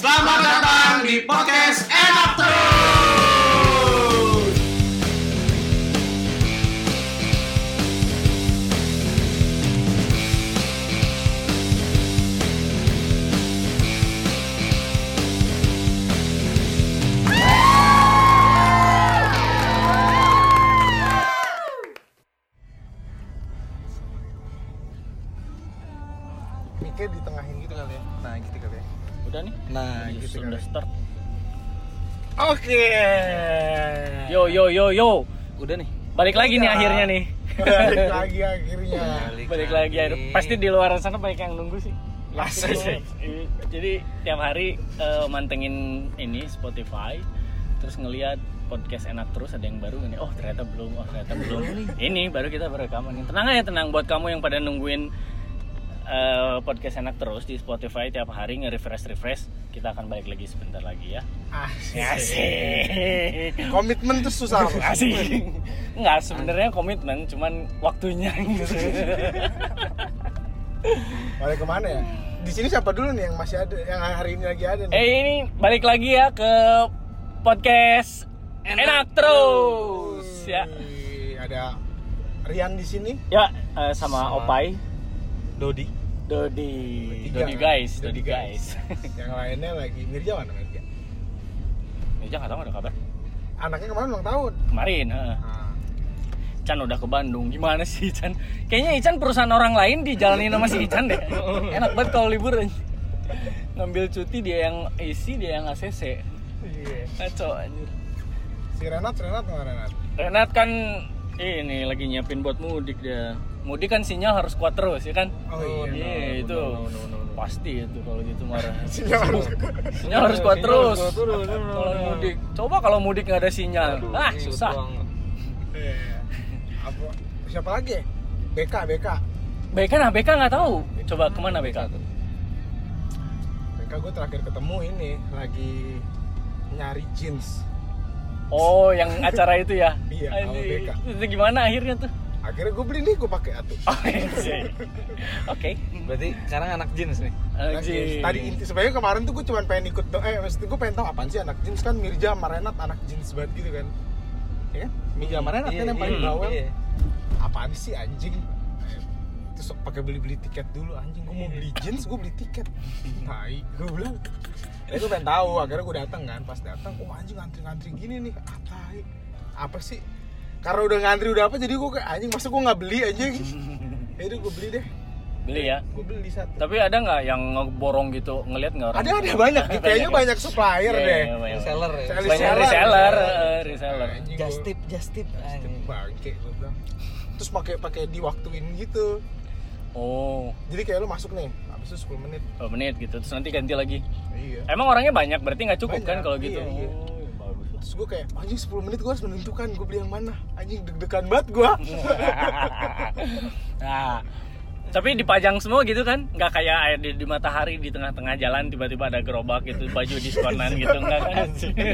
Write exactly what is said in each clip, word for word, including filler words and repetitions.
Selamat datang di podcast Enak Terus. Mic-nya ditengahin gitu kali ya. Nah, gitu kali ya. Udah nih? Nah, Udah gitu sudah kali. start. Oke. Yo yo yo yo. Udah nih. Balik lagi nih Udah. akhirnya nih. Balik lagi akhirnya. Balik lagi. Pasti di luar sana banyak yang nunggu sih. Asik. Yakin. Jadi tiap hari uh, mantengin ini Spotify, terus ngelihat podcast Enak Terus ada yang baru nih. Oh ternyata belum. Oh ternyata belum. Ini baru kita berekaman. Tenang aja tenang buat kamu yang pada nungguin uh, podcast Enak Terus di Spotify tiap hari nge-refresh refresh. Kita akan balik lagi sebentar lagi ya. Asik. Asik. Komitmen tuh susah. Asik. Enggak, sebenarnya komitmen, cuman waktunya gitu. Balik kemana ya? Di sini siapa dulu nih yang masih ada, yang hari ini lagi ada nih? Eh ini balik lagi ya ke podcast Enak, Enak Terus ya. Wih, ada Rian di sini. Ya uh, sama, sama Opai, Dodi. Dodi, Tiga, Dodi kan? guys, Dodi Dodi guys. Yang lainnya lagi Mirja mana Mirja? Mirja nggak tahu ada kabar. Anaknya kemarin ulang tahun. Kemarin, heeh. Nah, Ican udah ke Bandung. Gimana sih Ican? Kayaknya Ican perusahaan orang lain dijalanin sama si Ican deh. Enak banget kalau liburan. Ngambil cuti dia yang isi, dia yang A C C. iya. Ngaco anjir. Si Renat, Renat mana Renat? Renat kan ini lagi nyiapin buat mudik dia. Mudik kan sinyal harus kuat terus ya kan? Oh iya. Iya itu no, no, no, no. pasti itu kalau gitu marah. Sinyal harus. Sinyal harus kuat terus. Turun, Kalau mudik, coba kalau mudik nggak ada sinyal, ah susah. Iya. Apa? Siapa lagi? B K, B K. B K nah B K nggak tahu. Coba kemana B K tuh? B K gue terakhir ketemu ini lagi nyari jeans. Oh yang acara itu ya? Iya, sama Anjing. B K. Itu gimana akhirnya tuh? Akhirnya gue beli nih, gue pakai atuh. Oh, iya. Oke. Berarti sekarang anak jeans nih. Anak jeans. Tadi inti sebenarnya kemarin tuh gue cuma pengen ikut do- eh maksudnya gue pengen tahu apaan sih anak jeans, kan Mirja sama Renat anak jeans banget gitu kan. Ya kan? Mirja sama Renat kan yang paling iya, bawel. Iya. Apaan sih anjing? Terus pakai beli-beli tiket dulu anjing, gue mau beli jeans, gue beli tiket. Tai, gue bilang. Ya gue pengen tahu, akhirnya gue datang kan, pas datang, oh anjing ngantri-ngantri gini nih, ah tai. Apa sih? Karena udah ngantri udah apa, jadi gue kayak anjing, masa gue nggak beli anjing? Jadi gue beli deh. Beli ya. Gue beli satu. Tapi ada nggak yang ngeborong gitu, ngelihat nggak orang? Ada ada banyak, kayaknya banyak supplier Iya, deh. iya, banyak. Reseller ya. Reseller. Banyak reseller, eh, reseller. Anjing, Just gua- tip, just tip. Just bangke gue bilang. Terus pakai pakai diwaktuin gitu. Oh, Jadi kayak lu masuk nih, habis itu sepuluh menit. dua menit gitu, terus nanti ganti lagi. Iya. Emang orangnya banyak, berarti nggak cukup Banyak, kan kalau gitu? iya, iya. Oh, bagus lah. Terus gue kayak anjing sepuluh menit gue harus menentukan gue beli yang mana. Anjing deg-degan banget gue. Nah, tapi dipajang semua gitu kan? Nggak kayak di, di matahari di tengah-tengah jalan tiba-tiba ada gerobak gitu, baju diskonan gitu nggak kan?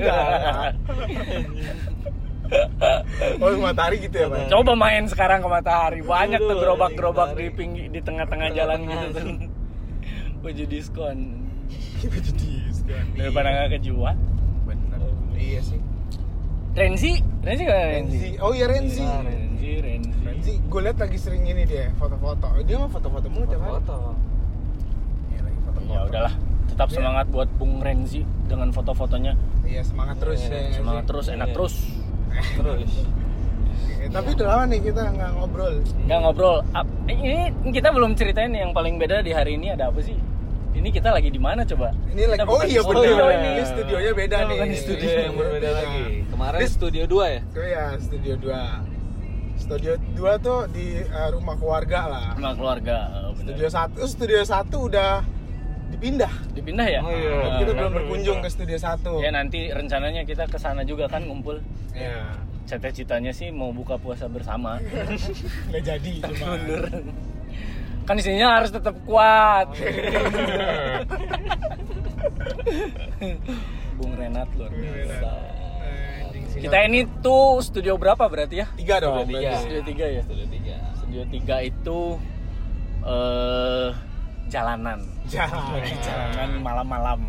Oh matahari gitu ya Pak? Coba main sekarang ke matahari, banyak tuh Aduh, gerobak-gerobak di matahari. pinggir di tengah-tengah jalan gitu tuh. Baju diskon. Baju diskon. Daripada nggak kejual. Bener. Iya sih. Renzi, Renzi nggak Renzi? Renzi. Oh iya Renzi. Ah, Renzi, Renzi. Renzi, gue liat lagi sering ini dia foto-foto. Dia mah foto-foto mulu tiap hari. Foto. Iya lagi foto-foto. Ya udahlah, tetap Iya. semangat buat Bung Renzi dengan foto-fotonya. Iya semangat terus Iya, ya. Semangat terus, enak Iya. terus. Terus. Eh, tapi udah lama nih kita nggak ngobrol. Nggak ngobrol. Ap- Ini kita belum ceritain yang paling beda di hari ini ada apa sih? Ini kita lagi di mana coba? Ini lagi, Kita oh bukan iya di bener, studio ini ini. studionya beda Kita nih. bukan di Studio studio yang berbeda lagi. Kemarin This- studio dua ya? Oh ya, studio dua. Studio dua tuh di uh, rumah keluarga lah. Sama keluarga. Oh, bener. Studio satu, studio satu udah dipindah. Dipindah ya? Oh, iya. Tapi kita belum berkunjung ke studio satu. Ya nanti rencananya kita ke sana juga kan ngumpul. Ya, Cita-citanya sih mau buka puasa bersama. nggak jadi cuma. Mundur. Kan isinya harus tetap kuat. Bung Renat luar biasa. Anjing sih. Kita ini tuh studio berapa berarti ya? tiga dong. Studio tiga. berarti. Studio tiga ya? Studio tiga. Studio tiga itu eh jalanan. Jangan. Jalanan malam-malam.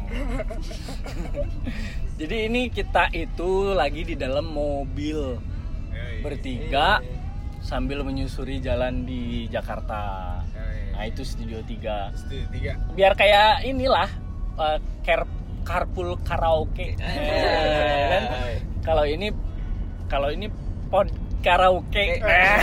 Jadi ini kita itu lagi di dalam mobil bertiga sambil menyusuri jalan di Jakarta. Nah itu Studio tiga. Studio tiga. Biar kayak inilah uh, car- carpool karaoke. Eh, kan? Kalau ini kalau ini pod karaoke.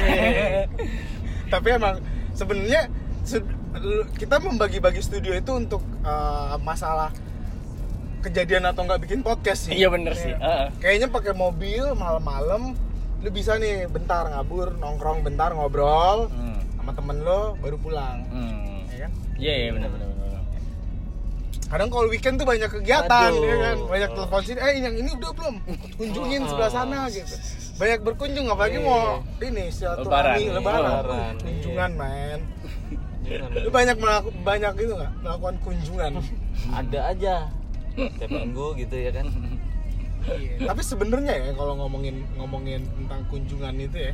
Tapi emang sebenarnya kita membagi-bagi studio itu untuk uh, masalah kejadian atau nggak bikin podcast sih. Iya bener sih. Uh. Kayaknya pakai mobil malam-malam lu bisa nih bentar ngabur nongkrong bentar ngobrol Hmm. sama temen lo baru pulang. Hmm. Ya kan? Iya iya bener bener bener. Kadang kalau weekend tuh banyak kegiatan, Aduh. ya kan? Banyak telepon sini, eh yang ini udah belum? Kunjungin sebelah sana gitu. Banyak berkunjung, apalagi mau ini silaturahmi Lebaran. lebaran, Lebaran. Uh, kunjungan men. Gimana? Lu banyak melaku, banyak itu nggak melakukan kunjungan. Ada aja tiap minggu gitu ya kan. Iya. Tapi sebenarnya ya kalau ngomongin ngomongin tentang kunjungan itu ya,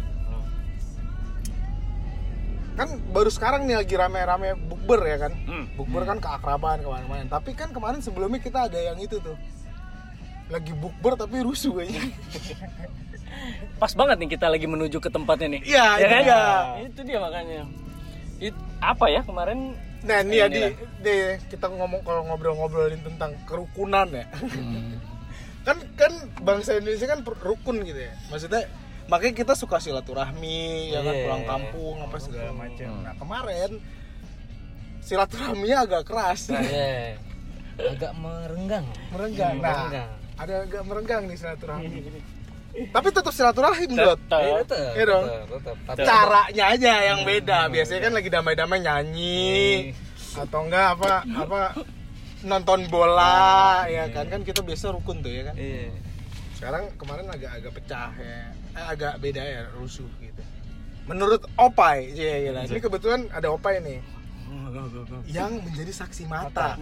kan baru sekarang nih lagi rame-rame bukber ya kan. Hmm. Bukber kan keakraban kemarin-kemarin. Tapi kan kemarin sebelumnya kita ada yang itu tuh. Lagi bukber tapi rusuh aja. Pas banget nih kita lagi menuju ke tempatnya nih. Iya, ya itu kan? dia. Itu dia makanya. It, apa ya kemarin? Nah, ini ya di, Inilah. di kita ngomong kalau ngobrol-ngobrolin tentang kerukunan ya. Hmm. kan kan bangsa Indonesia kan per- rukun gitu ya. Maksudnya makanya kita suka silaturahmi, ya kan Yeah. pulang kampung apa segala macam. Hmm. Nah, kemarin silaturahminya agak keras. Iya. Agak merenggang. Merenggang. Nah, Merenggang. ada agak merenggang nih silaturahmi. Tapi tetap silaturahim, Dot. Tetap. Iya, tetap. Iya dong. Tetap, tetap. Tapi- Caranya aja yang beda. Biasanya kan lagi damai-damai nyanyi atau enggak apa apa nonton bola ya kan kan kita biasa rukun tuh ya kan. Iya. Sekarang kemarin agak-agak pecah ya. Eh, agak beda ya, rusuh gitu. Menurut Opai, ya, ya, ya. Ini kebetulan ada Opai nih yang menjadi saksi mata.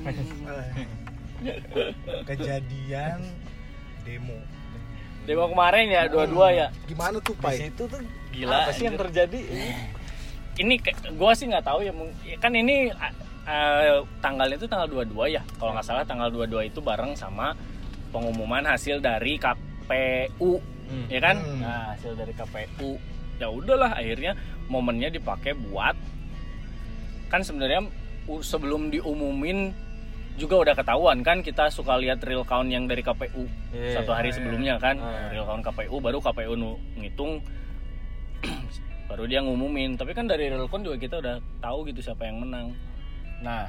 Kejadian demo. Demo kemarin ya dua-dua ya. Gimana tuh, Di Pai? situ tuh Gila, apa sih yang anjir. terjadi? Ini ke- gua sih nggak tahu ya mung- kan ini uh, tanggalnya itu tanggal dua puluh dua ya. Kalau nggak salah tanggal dua puluh dua itu bareng sama pengumuman hasil dari K P U. Hmm. Ya kan? Hmm. Nah, hasil dari K P U. Ya udahlah akhirnya momennya dipakai buat kan sebenarnya u- sebelum diumumin juga udah ketahuan kan kita suka lihat real count yang dari K P U Yeah. satu hari Yeah. sebelumnya kan Ah. real count K P U baru K P U nu- ngitung baru dia ngumumin tapi kan dari real count juga kita udah tahu gitu siapa yang menang. Nah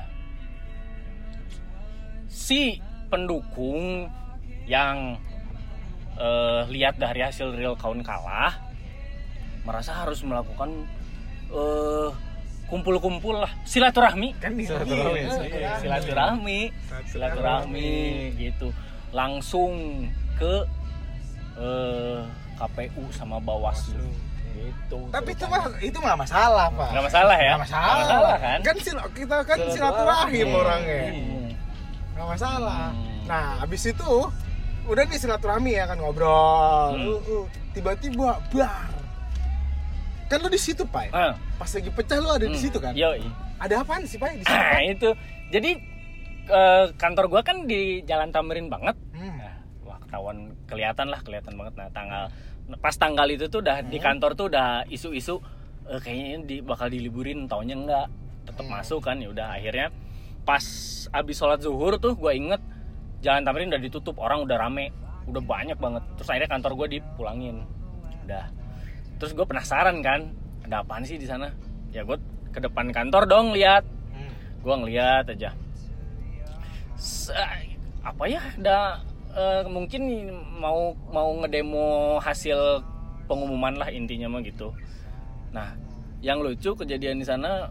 si pendukung yang eh, lihat dari hasil real count kalah merasa harus melakukan eh, kumpul-kumpul lah silaturahmi Kan di Silaturahmi. Iya, silaturahmi silaturahmi gitu langsung ke eh, K P U sama Bawaslu gitu. Tapi itu mah itu nggak masalah, Pak. Nggak masalah ya? Nggak masalah. Nggak masalah, kan? Kan sil- kita kan Silaturahim. silaturahim orangnya. Hmm. Nggak masalah. Hmm. Nah, abis itu udah nih silaturahmi ya kan ngobrol. Hmm. Uh, uh. Tiba-tiba bar. Kan lu di situ, Pak. Ah, Pas lagi pecah lu ada di hmm. situ kan? Yoi. Ada apaan sih, Pak? Di situ? Ah, Pak? itu. Jadi eh, kantor gua kan di Jalan Tamrin banget. Hmm. Nah, wah ketahuan kelihatan lah, kelihatan banget. Nah, tanggal pas tanggal itu tuh udah di kantor tuh udah isu-isu eh, kayaknya di, bakal diliburin, taunya enggak. Tetap Hmm. masuk kan. Ya udah akhirnya pas abis sholat zuhur tuh gua inget Jalan Tamrin udah ditutup, orang udah rame, udah banyak banget. Terus akhirnya kantor gua dipulangin. Udah. Terus gue penasaran kan, ada apaan sih di sana? Ya gue ke depan kantor dong lihat. Hmm. Gue ngeliat aja. Se- apa ya? Ada eh, mungkin mau mau ngedemo hasil pengumuman lah intinya mah gitu. Nah, yang lucu kejadian di sana.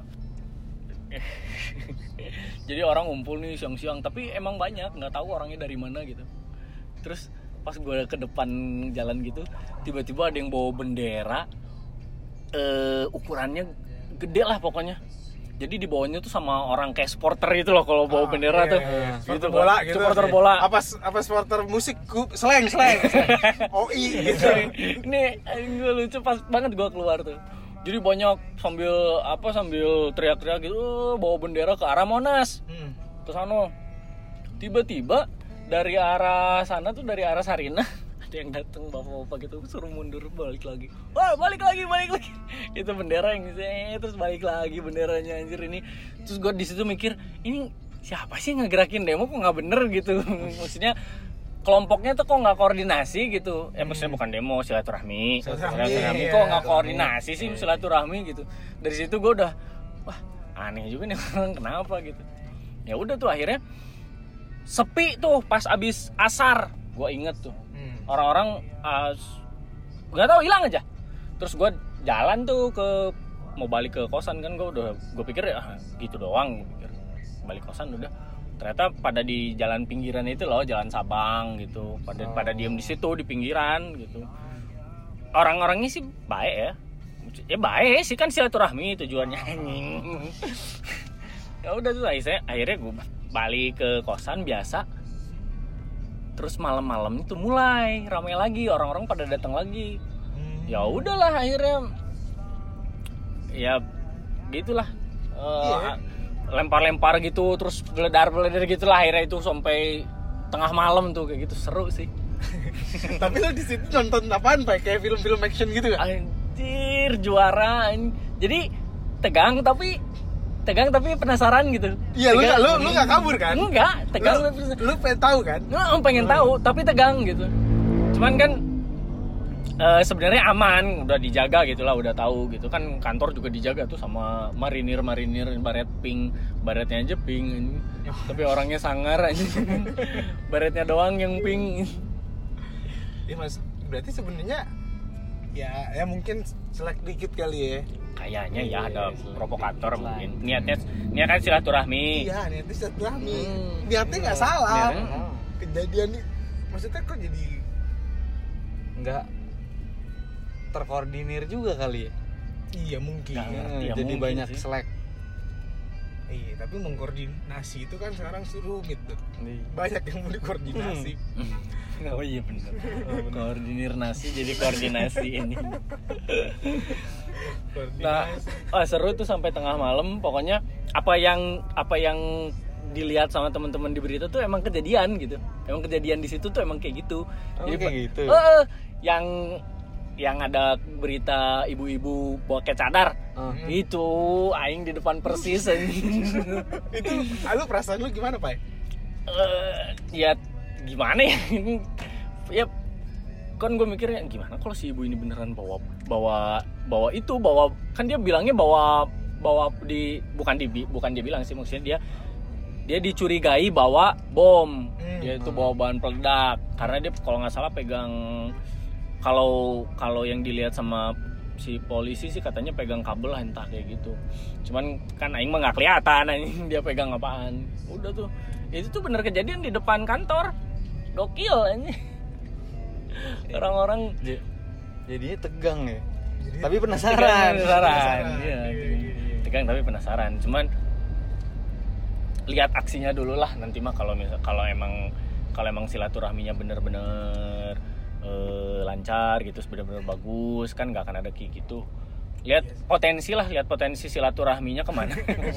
Jadi orang ngumpul nih siang-siang, tapi emang banyak, nggak tahu orangnya dari mana gitu. Terus pas gue ke depan jalan gitu, tiba-tiba ada yang bawa bendera, eh, ukurannya gede lah pokoknya. Jadi di bawahnya tuh sama orang kayak supporter itu loh kalau bawa Ah, bendera iya, tuh. iya, iya. Gitu, Supporter Pak. bola gitu. Supporter bola. Apa apa supporter musik ku- slang slang. O I gitu. Ini gue lucu pas banget gue keluar tuh. Jadi banyak sambil apa sambil teriak-teriak gitu "Oh, bawa bendera ke arah Monas. Hmm. Ke sana. Tiba-tiba dari arah sana tuh dari arah Sarinah ada yang datang bapak-bapak gitu suruh mundur balik lagi. Wah, balik lagi, balik lagi. Itu bendera yang eh, terus balik lagi benderanya anjir ini. Terus gue di situ mikir, ini siapa sih yang ngegerakin demo kok nggak bener gitu. Maksudnya kelompoknya tuh kok nggak koordinasi gitu. Ya maksudnya bukan demo, silaturahmi. Silaturahmi, Silaturahmi iya, kok nggak iya. koordinasi sih silaturahmi gitu. Dari situ gue udah wah, aneh juga nih orang kenapa gitu. Ya udah tuh akhirnya sepi tuh pas abis asar. Gue inget tuh Hmm. orang-orang uh, nggak tahu hilang aja. Terus gue jalan tuh ke mau balik ke kosan kan gue udah gue pikir ya gitu doang. Gue pikir balik kosan udah. Ternyata pada di jalan pinggiran itu loh, jalan Sabang gitu. Pada oh. pada diem di situ di pinggiran gitu. Orang-orangnya sih baik ya. Ya baik sih kan silaturahmi tujuannya anjing. Ya udah tuh akhirnya akhirnya gue balik ke kosan biasa. Terus malam-malam itu mulai ramai lagi, orang-orang pada datang lagi. Hmm. Ya udahlah akhirnya ya gitulah. Uh, yeah. Lempar-lempar gitu, terus beledar-beledar gitulah akhirnya itu sampai tengah malam tuh kayak gitu seru sih. Tapi lo di situ nonton apaan Pak? Kayak film-film action gitu kan? Anjir, juara. Jadi tegang tapi tegang tapi penasaran gitu. Iya, lu lu lu enggak kabur kan? Enggak, tegang lu, lu pengen tahu kan? Lu pengen hmm. tahu tapi tegang gitu. Cuman kan Uh, sebenarnya aman, udah dijaga gitulah, udah tahu gitu kan, kantor juga dijaga tuh sama marinir marinir baret pink, baretnya aja pink, tapi orangnya sangar aja, baretnya doang yang pink. Iya mas, berarti sebenarnya ya ya mungkin selek dikit kali ya. Kayaknya ya ada provokator mungkin. Niatnya niat kan silaturahmi. Iya, niatnya silaturahmi. Hmm. Niatnya nggak salah. Niatnya. Kejadian ini, maksudnya kok jadi nggak terkoordinir juga kali ya. Iya mungkin nah, ya, ya, jadi mungkin banyak sih. slack. Iya tapi mengkoordinasi itu kan sekarang rumit tuh. Banyak yang mau dikoordinasi. Oh iya benar. Oh, koordinir nasi jadi koordinasi ini. Nah, oh, seru tuh sampai tengah malam. Pokoknya apa yang apa yang dilihat sama teman-teman di berita tuh emang kejadian gitu. Emang kejadian di situ tuh emang kayak gitu. Oh, jadi kayak gitu. Uh, yang yang ada berita ibu-ibu pakai cadar. Uh. Itu aing di depan persis anjing. Itu lu perasaan lu gimana, Pak? Uh, ya gimana ya? Ya kan gue mikirnya gimana kalau si ibu ini beneran bawa bawa bawa itu bawa kan dia bilangnya bawa bawa di bukan di bukan dia bilang sih, maksudnya dia dia dicurigai bawa bom, hmm. dia itu bawa bahan peledak karena dia kalau nggak salah pegang, kalau kalau yang dilihat sama si polisi sih katanya pegang kabel lah entah kayak gitu. Cuman kan aing mah nggak kelihatan anjing dia pegang apaan. Udah tuh itu tuh bener kejadian di depan kantor. Gokil anjing. Orang-orang jadinya tegang ya. Jadi, tapi penasaran. Tegang, penasaran. penasaran. Iya. Tegang tapi penasaran. Cuman lihat aksinya dulu lah nanti mah kalau misal kalau emang kalau emang silaturahminya bener-bener uh, lancar gitu, bener-bener bagus kan nggak akan ada kayak gitu. Lihat yes. potensi lah, lihat potensi silaturahminya kemana.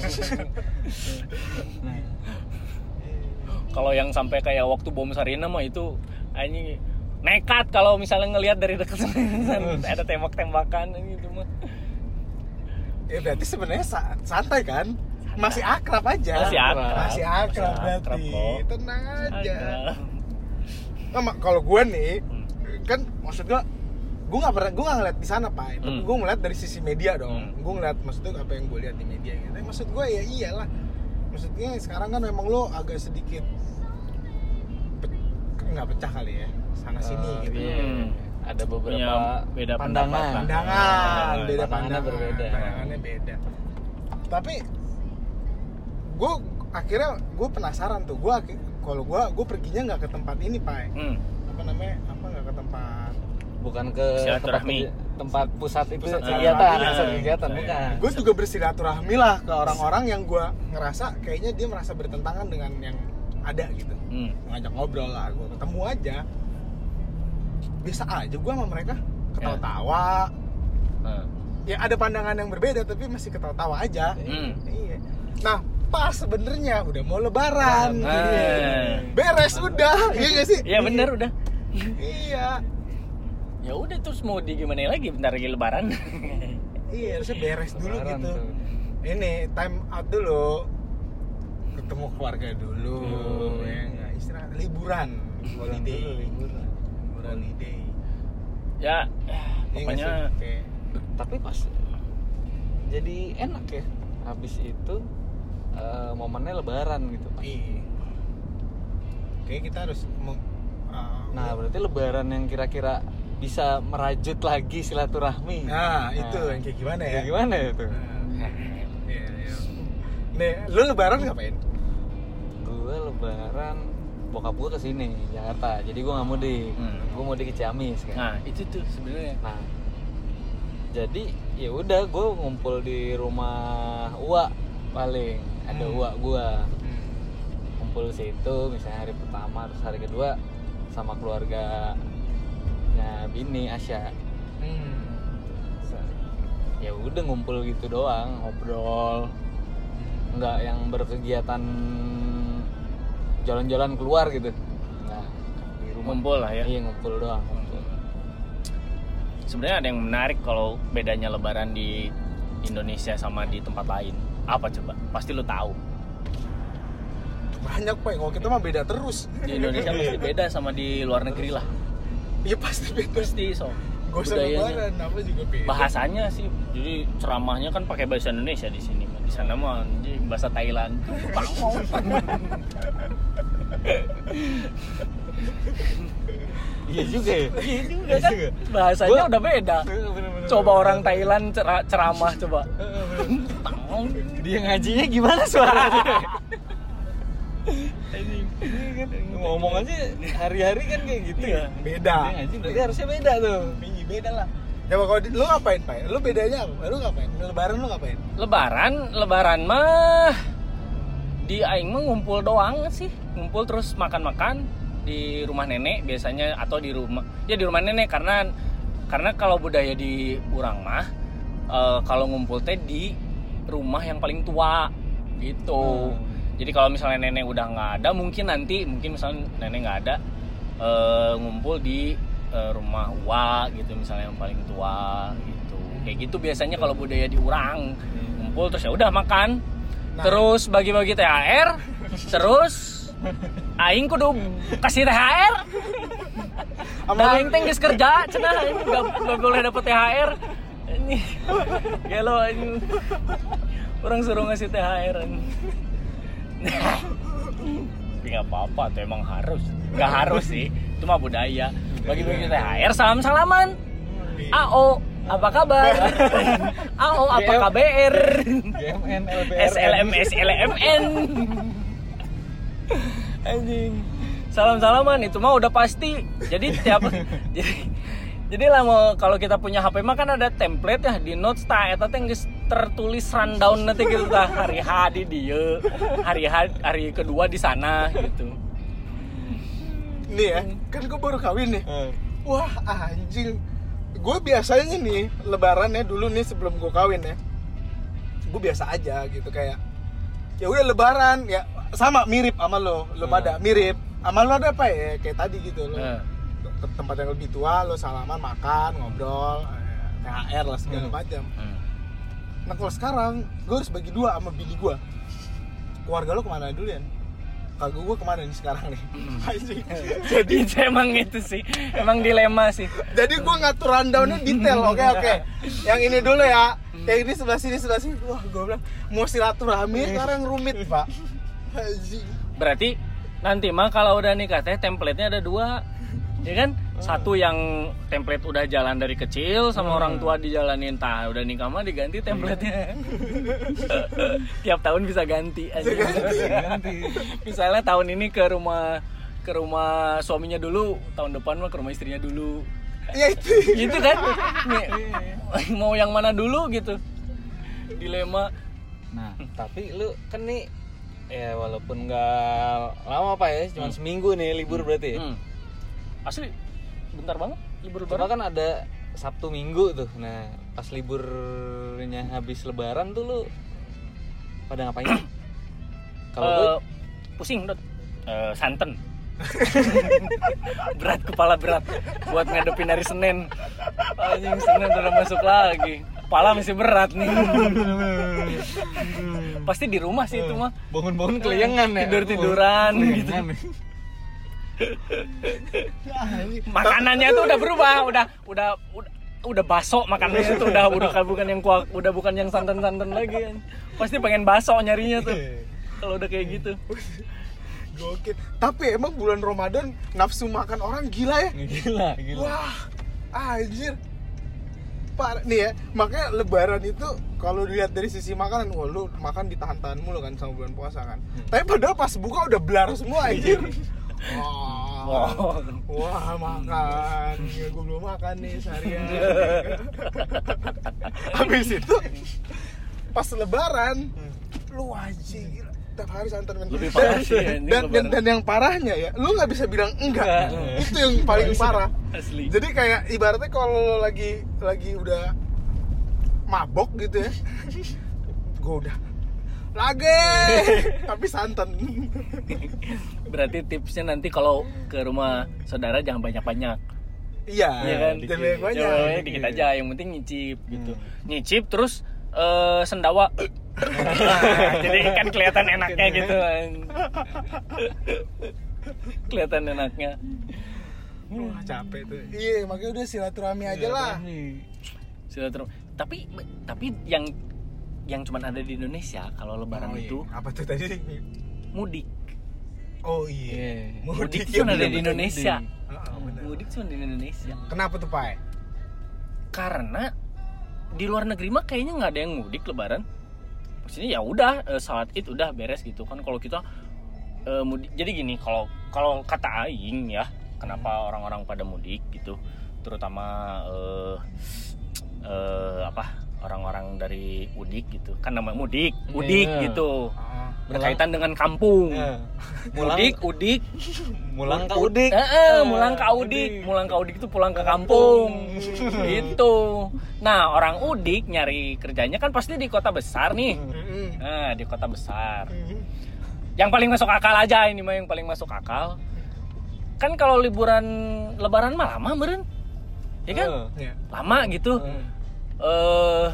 Kalau yang sampai kayak waktu bom Sarinah mah itu anjing nekat kalau misalnya ngelihat dari dekat ada tembak-tembakan gitu mah. Ya berarti sebenarnya sa- santai kan? Masih akrab aja. Masih akrab. Masih akrab Masih berarti. akrab, tenang aja. Akrab. Nah, kalau gue nih, hmm. kan maksud gue gue nggak pernah gue nggak ngeliat di sana Pak, tapi hmm. gue ngeliat dari sisi media dong. Hmm. Gue ngeliat maksudnya apa yang gue lihat di media gitu. Tapi maksud gue ya iyalah. Maksudnya sekarang kan memang lo agak sedikit pe- nggak pecah kali ya sana sini uh, gitu. Iya. Ada beberapa punya beda pandangan. pendapat. Pandangan, beda pandangan, berbeda. Pandangannya beda. Tapi gue akhirnya gue penasaran tuh. Gue kalau gue gue perginya nggak ke tempat ini Pak. Hmm. Apa namanya? Apa nggak ke tempat? Bukan ke silaturahmi. Tempat, tempat pusat itu pusat kegiatan, ya. pusat kegiatan bukan. Gue juga bersilaturahmi lah ke orang-orang yang gue ngerasa kayaknya dia merasa bertentangan dengan yang ada gitu. Hmm. Ngajak ngobrol lah, gue ketemu aja. Biasa aja gue sama mereka ketawa-tawa. Hmm. ya ada pandangan yang berbeda tapi masih ketawa-tawa aja. Hmm. Iya. Nah, pas sebenarnya udah mau lebaran. Nah. Beres udah, iya nggak sih? Iya bener udah. Iya. Ya udah terus mau di gimana lagi bentar lagi lebaran. Iya, harusnya beres dulu Lebaran gitu. tuh. Ini time out dulu. Ketemu keluarga dulu. Hmm. Ya nggak istirahat, liburan, holiday. Liburan. Holiday. Ya Iya nggak pokoknya sih? Kayak, Tapi pas jadi enak ya. Habis itu eh, momennya lebaran gitu. Pak. iya. Kayak kita harus meng- uh, Nah, berarti lebaran yang kira-kira bisa merajut lagi silaturahmi. nah, itu yang kayak gimana ya? Kayak gimana ya tuh? Nah, iya, iya. Nih, lu lebaran ngapain? Gue lebaran bokap gue kesini Jakarta, jadi gue nggak mudik. Hmm. Gue mudik ke Ciamis kan. nah itu tuh sebenarnya. Nah, jadi ya udah gue ngumpul di rumah Uwa paling ada Hmm. Uwa gue Hmm. ngumpul di situ misalnya hari pertama terus hari kedua sama keluarganya bini Asya. Hmm. Ya udah ngumpul gitu doang, ngobrol, nggak yang berkegiatan jalan-jalan keluar gitu. Nah, di rumah Ngumpul lah ya. Iya ngumpul doang. Ngumpul. Sebenarnya ada yang menarik kalau bedanya lebaran di Indonesia sama di tempat lain. Apa coba? Pasti lu tahu. Banyak Pak, kalau kita mah beda terus. Di Indonesia pasti beda sama di luar negeri lah. Iya pasti beda. Pasti so. Gak usah lebaran, apa juga beda. Bahasanya sih, jadi ceramahnya kan pakai bahasa Indonesia di sini. Di sana mah jadi bahasa Thailand. Bangau. Iya juga ya. Iya juga kan. Bahasanya Gua- udah beda. Bener-bener. Coba orang Thailand cera- ceramah coba. Bangau. Dia ngajinya gimana suaranya? Ngomong aja hari-hari kan kayak gitu ya. Beda. Dia ngaji berarti harusnya beda tuh. Iya, beda lah. Coba kalau di- lu ngapain, Pak? Lu bedanya apa? Lu ngapain? Lebaran lu ngapain? Lebaran, lebaran mah di aing mah ngumpul doang sih. Ngumpul terus makan-makan di rumah nenek biasanya atau di rumah ya di rumah nenek karena karena kalau budaya di urang mah eh, kalau ngumpul teh di rumah yang paling tua gitu. Hmm. Jadi kalau misalnya nenek udah nggak ada mungkin nanti mungkin misalnya nenek nggak ada eh, ngumpul di eh, rumah Wa gitu misalnya yang paling tua gitu. Kayak gitu biasanya kalau budaya di urang ngumpul terus ya udah makan. Nah. Terus bagi-bagi T H R, terus aing kudu kasih T H R. Da aing teh geus kerja, cenah aing enggak enggak boleh dapet T H R. Ini gelo aing. Orang suruh ngasih T H R. Tapi enggak apa-apa, tuh emang harus. Enggak harus sih, itu mah budaya. Bagi-bagi T H R, salam-salaman. A O, apa kabar? A O, apa K B R? G M N, L B R, S L M S L M N. Anjing. Salam-salaman itu mah udah pasti. Jadi tiap jadi jadi lah mau kalau kita punya H P mah kan ada template ya di notes ta eta teh geus tertulis rundown nanti gitu tah hari H di dieu, hari H hari kedua di sana gitu. Nih ya, kan gue baru kawin nih. Eh, Wah anjing. Gue biasanya nih lebaran ya dulu nih sebelum gue kawin ya. Gue biasa aja gitu kayak ya udah lebaran ya sama mirip sama lo, lo pada mirip. Sama lo ada apa ya kayak tadi gitu lo. Nah. Ke tempat yang lebih tua lo salaman, makan, ngobrol, T H R lah segala Hmm. macam. Hmm. Nah kalau sekarang gue harus bagi dua sama bini gue. Keluarga lo kemana dulu ya? Kagak gue kemana nih sekarang nih? Anjing. Jadi itu emang itu sih, emang dilema sih. Jadi gue ngatur rundownnya detail, oke oke. Yang ini dulu ya, yang ini sebelah sini sebelah sini. Wah gue bilang mau silaturahmi sekarang rumit pak. Anjing. Berarti nanti mah kalau udah nikah teh template-nya ada dua. Ya kan? Satu yang template udah jalan dari kecil sama orang tua dijalanin, tah udah nikah mah diganti template-nya. Tiap tahun bisa ganti aja. ganti. Misalnya tahun ini ke rumah ke rumah suaminya dulu, tahun depan mah ke rumah istrinya dulu. Ya itu. Gitu kan? Nih, mau yang mana dulu gitu. Dilema. Nah, tapi lu kan nih ya walaupun nggak lama apa ya, cuma Hmm. seminggu nih libur berarti. Ya? Hmm. Asli bentar banget libur Cuma lebaran. kan ada Sabtu Minggu tuh. Nah, pas liburnya habis lebaran tuh lu pada ngapain? Kalau Eh, gue pusing Dot. Eh, santen. Berat, kepala berat buat ngadepin hari Senin. Anjing, Senin udah masuk lagi. Kepala masih berat nih. Pasti di rumah sih itu mah. bangun-bangun keliengan ya. Tidur-tiduran gitu. Makanannya tuh udah berubah, udah udah udah, udah baso makanannya tuh udah udah bukan yang kuah, udah bukan yang santan-santan lagi. Pasti pengen baso nyarinya tuh. Kalau udah kayak gitu. Gokil. Tapi emang bulan Ramadan nafsu makan orang gila ya. Gila, gila. Wah, anjir. Parah nih ya. Makanya lebaran itu kalau dilihat dari sisi makanan, wah lu makan ditahan-tahan mulu kan sama bulan puasa kan. Hmm. Tapi padahal pas buka udah blar semua anjir. Wah, Wow. wah makan. Ya, gue belum makan nih seharian. Habis itu pas lebaran, lu anjing gila. Tiap hari santan men. Lebih parah sih ya, ini dan, dan, lebaran. dan yang parahnya ya, lu nggak bisa bilang enggak. Itu yang paling parah. Asli. Jadi kayak ibaratnya kalau lo lagi lagi udah mabok gitu ya, gue udah lagi tapi santan. Berarti tipsnya nanti kalau ke rumah saudara jangan banyak-banyak. Iya, Iya kan? jangan banyak banyak. Jangan banyak, dikit aja, yang penting nyicip gitu. Nyicip terus eh, sendawa. Jadi kan kelihatan enaknya gitu. Kelihatan enaknya. Wah capek tuh. Iya makanya udah silaturahmi aja lah. Silaturahmi. Tapi tapi yang yang cuman ada di Indonesia kalau lebaran Oh, iya. itu Apa tuh tadi? mudik. Oh iya. Iya. Mudik ya, cuma ada di bener-bener. Indonesia. Heeh, bener. Mudik cuma di Indonesia. Kenapa tuh Pak? Karena di luar negeri mah kayaknya nggak ada yang mudik lebaran. Maksudnya ya udah eh, salat Id udah beres gitu kan. Kalau kita eh, mudik, jadi gini, kalau kalau kata aing ya, kenapa orang-orang pada mudik gitu, terutama eh, eh, apa orang-orang dari Udik gitu kan, nama mudik, Udik Iya. gitu, Heeh. berkaitan dengan kampung. Ya. Mulang, Udik, Udik, mulang ke Udik. Eh, eh, mulang ke Udik, mulang ke Udik itu pulang ke kampung, gitu. Nah, orang Udik nyari kerjanya kan pasti di kota besar nih. Mm-mm. Nah, di kota besar. Mm-mm. Yang paling masuk akal aja ini mah yang paling masuk akal. Kan kalau liburan Lebaran mah lama meren, ya kan? Iya. Lama gitu. Eh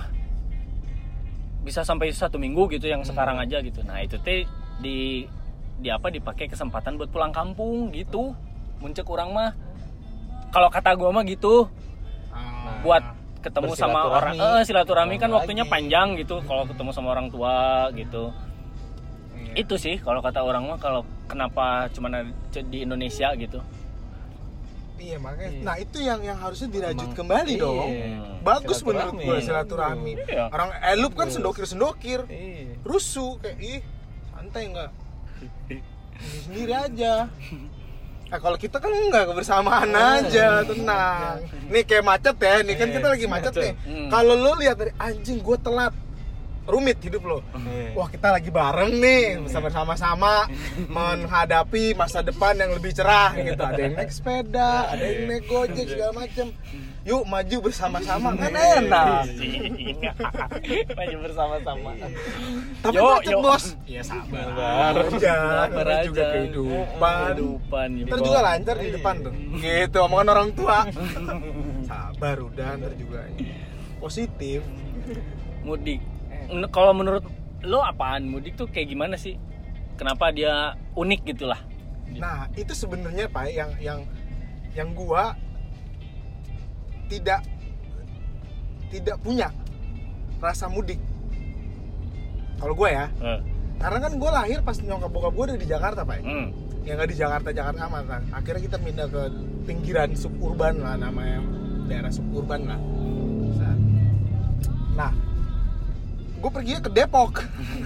bisa sampai satu minggu gitu yang sekarang aja gitu. Nah itu teh di di apa dipakai kesempatan buat pulang kampung gitu. Muncul kurang mah. Kalau kata gua mah gitu, Ah. buat ketemu sama orang, Bersilaturahmi. eh silaturahmi kan Ketemu waktunya lagi. panjang gitu. Kalau ketemu sama orang tua gitu. Iya. Itu sih kalau kata orang mah, kalau kenapa cuma di Indonesia gitu. Iya makanya. Iya. Nah itu yang yang harusnya dirajut Emang, kembali iya. dong. Bagus menurut Silaturahmi. gue silaturahmi. Iya. Orang elup kan sendokir-sendokir, Iya. rusuh kayak ih santai nggak, Sendiri sendiri aja. Nah kalau kita kan nggak kebersamaan aja, tenang. Nih kayak macet ya, nih kan kita lagi macet nih. Hmm. Kalau lo lihat dari anjing gue telat, rumit hidup lo. Iya. Wah kita lagi bareng nih, bisa bersama-sama menghadapi masa depan yang lebih cerah gitu. Ada yang naik sepeda, ada yang naik gojek segala macem. Yuk maju bersama-sama kan enak. Maju bersama-sama. Tapi Yo, macet yo. bos. Ya sabar Sabar. aja. Sabar Namanya aja. juga kehidupan. Kehidupan ya, Ntar Bos. juga lancar di depan tuh. Gitu omongan orang tua. Sabar udah ntar juga. Positif. Mudik. Men- Kalau menurut lo apaan mudik tuh kayak gimana sih? Kenapa dia unik gitulah? Nah itu sebenarnya Pak yang yang yang gua tidak tidak punya rasa mudik. Kalau gua ya, Eh, karena kan gua lahir pas nyokap bokap gua udah di Jakarta Pak. hmm. Ya nggak di Jakarta Jakarta amat kan. Akhirnya kita pindah ke pinggiran suburban lah, namanya daerah suburban lah. Nah, gue perginya ke Depok.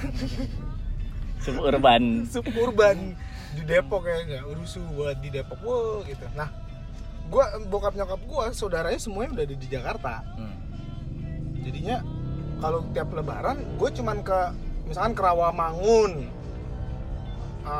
Suburban. Suburban di Depok kayaknya, rusuh buat di Depok, wow gitu. Nah, gua bokap nyokap gua saudaranya semuanya udah ada di Jakarta. Hmm. Jadinya kalau tiap lebaran gue cuman ke misalkan ke Rawamangun.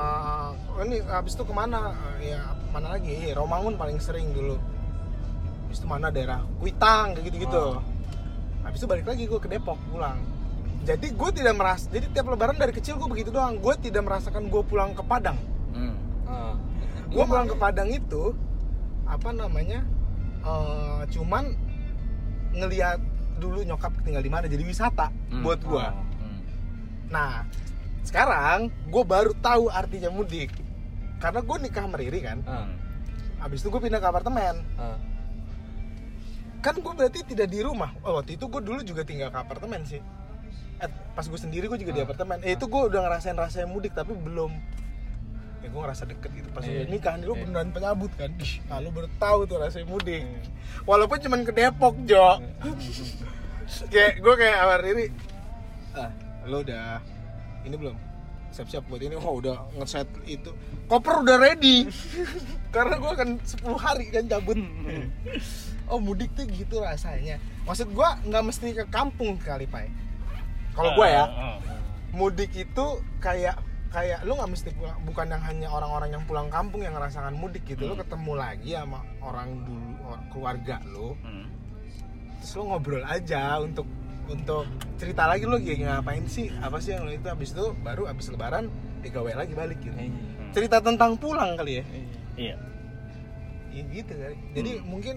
Uh, ini habis itu kemana? Uh, ya mana lagi? Iya, Rawamangun paling sering dulu. habis itu mana daerah Kuitang kayak gitu-gitu. Oh. Habis itu balik lagi gue ke Depok pulang. Jadi gue tidak merasa, jadi tiap lebaran dari kecil gue begitu doang. Gue tidak merasakan gue pulang ke Padang. Hmm. Ah. Gue pulang ke Padang itu apa namanya? Uh, cuman ngelihat dulu nyokap tinggal di mana, jadi wisata Hmm. buat gue. Oh. Hmm. Nah, sekarang gue baru tahu artinya mudik. Karena gue nikah sama Riri kan. Ah. Habis itu gue pindah ke apartemen. Ah. Kan gue berarti tidak di rumah. Oh, waktu itu gue dulu juga tinggal ke apartemen sih. Eh, pas gue sendiri gue juga di Ah. apartemen. Eh, itu gue udah ngerasain rasanya mudik tapi belum. Ya gue ngerasa deket gitu. Pas Iya. udah nikah nih lu Iya. beneran penyambut kan. Ih, ah, lu baru tahu tuh rasanya mudik. Walaupun cuman ke Depok, Jo. Kayak gue kayak awal Riri. Ah, lu udah ini belum? Siap-siap buat ini. Oh, udah ngeset itu. Koper udah ready. Karena gue akan sepuluh hari kan cabut. Oh, mudik tuh gitu rasanya. Maksud gue nggak mesti ke kampung kali, Pai. Kalau gue ya, Ah, ah. mudik itu kayak kayak lu nggak mesti pulang, bukan yang hanya orang-orang yang pulang kampung yang ngerasakan mudik gitu. Lu ketemu lagi sama orang dulu, or- keluarga lu. Hmm. Terus lu ngobrol aja untuk untuk cerita lagi lu kayak ngapain sih, apa sih yang lu itu. Habis itu baru habis lebaran digawe lagi balik gitu. Iya. Cerita tentang pulang kali ya. Iya. Ya gitu kali. Jadi Hmm. mungkin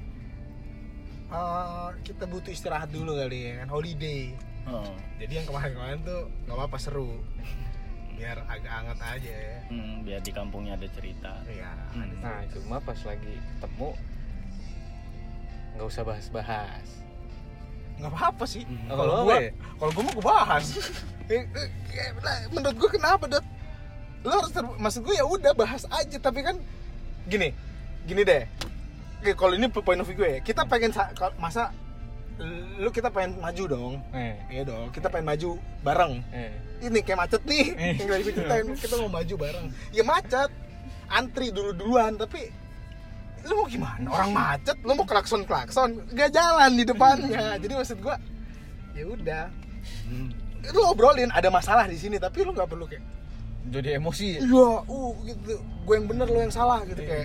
uh, kita butuh istirahat dulu kali ya kan, holiday. Oh. Jadi yang kemarin-kemarin tuh nggak apa-apa, seru. Biar agak hangat aja ya. Hmm, biar di kampungnya ada cerita. Iya. Hmm. ada Nah, cerita. cuma pas lagi ketemu nggak usah bahas-bahas. Nggak apa-apa sih. Oh, Kalau apa gua, ya? kalau gua mau gua bahas. Eh, eh, eh, nah, Menurut gua kenapa, Dot? Lo harus ter- maksud gua ya udah bahas aja, tapi kan gini, gini deh. Oke, kalau ini point of view gue ya, kita pengen sa- kal- masa lu kita pengen maju dong. Eh. Iya dong, kita pengen maju bareng. Eh. Ini kayak macet nih, yang lagi ceritain kita mau maju bareng. Ya macet, antri dulu duluan, tapi lu mau gimana? Orang macet, lu mau klakson klakson, gak jalan di depannya. Jadi maksud gua, ya udah, lu obrolin ada masalah di sini, tapi lu nggak perlu kayak, Jadi emosi. iya, uh gitu, gue yang bener lu yang salah gitu kayak.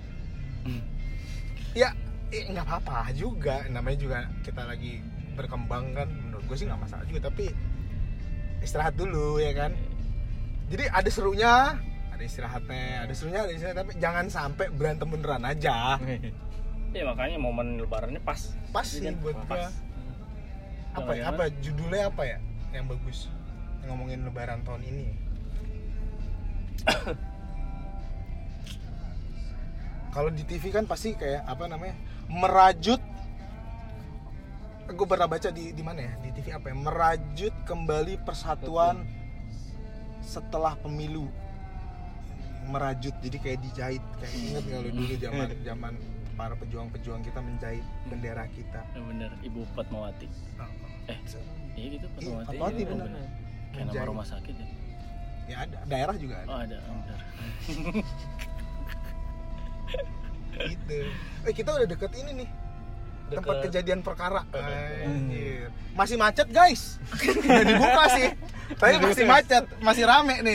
Ya, eh, nggak apa-apa juga, namanya juga kita lagi berkembang kan. Menurut gue sih nggak masalah juga, tapi istirahat dulu ya kan. Jadi ada serunya, ada istirahatnya, ada serunya, ada istirahat, tapi jangan sampai berantem beneran aja. Ya makanya momen lebarannya pas. Pas sih Iya kan? buat Pas. gua. Apa ya? Jangan-jangan- Apa judulnya apa ya? Yang bagus yang ngomongin lebaran tahun ini. Kalau di T V kan pasti kayak apa namanya? Merajut. Gue pernah baca di di mana ya? Di T V apa ya? Merajut kembali persatuan setelah pemilu. Merajut, jadi kayak dijahit. Kayak inget nggak lu dulu zaman zaman para pejuang-pejuang kita menjahit bendera kita. Ya bener, Ibu Fatmawati. Eh, iya gitu Iya, Fatmawati. Fatmawati, Iya, bener. Kayak nama Menjahit. rumah sakit ya. Ya ada, daerah juga ada. Oh ada, oh, bener. Gitu. Eh kita udah deket ini nih. Tempat Deket. kejadian perkara. Anjir. Masih macet, guys. Udah dibuka sih. Tapi masih macet, masih rame nih.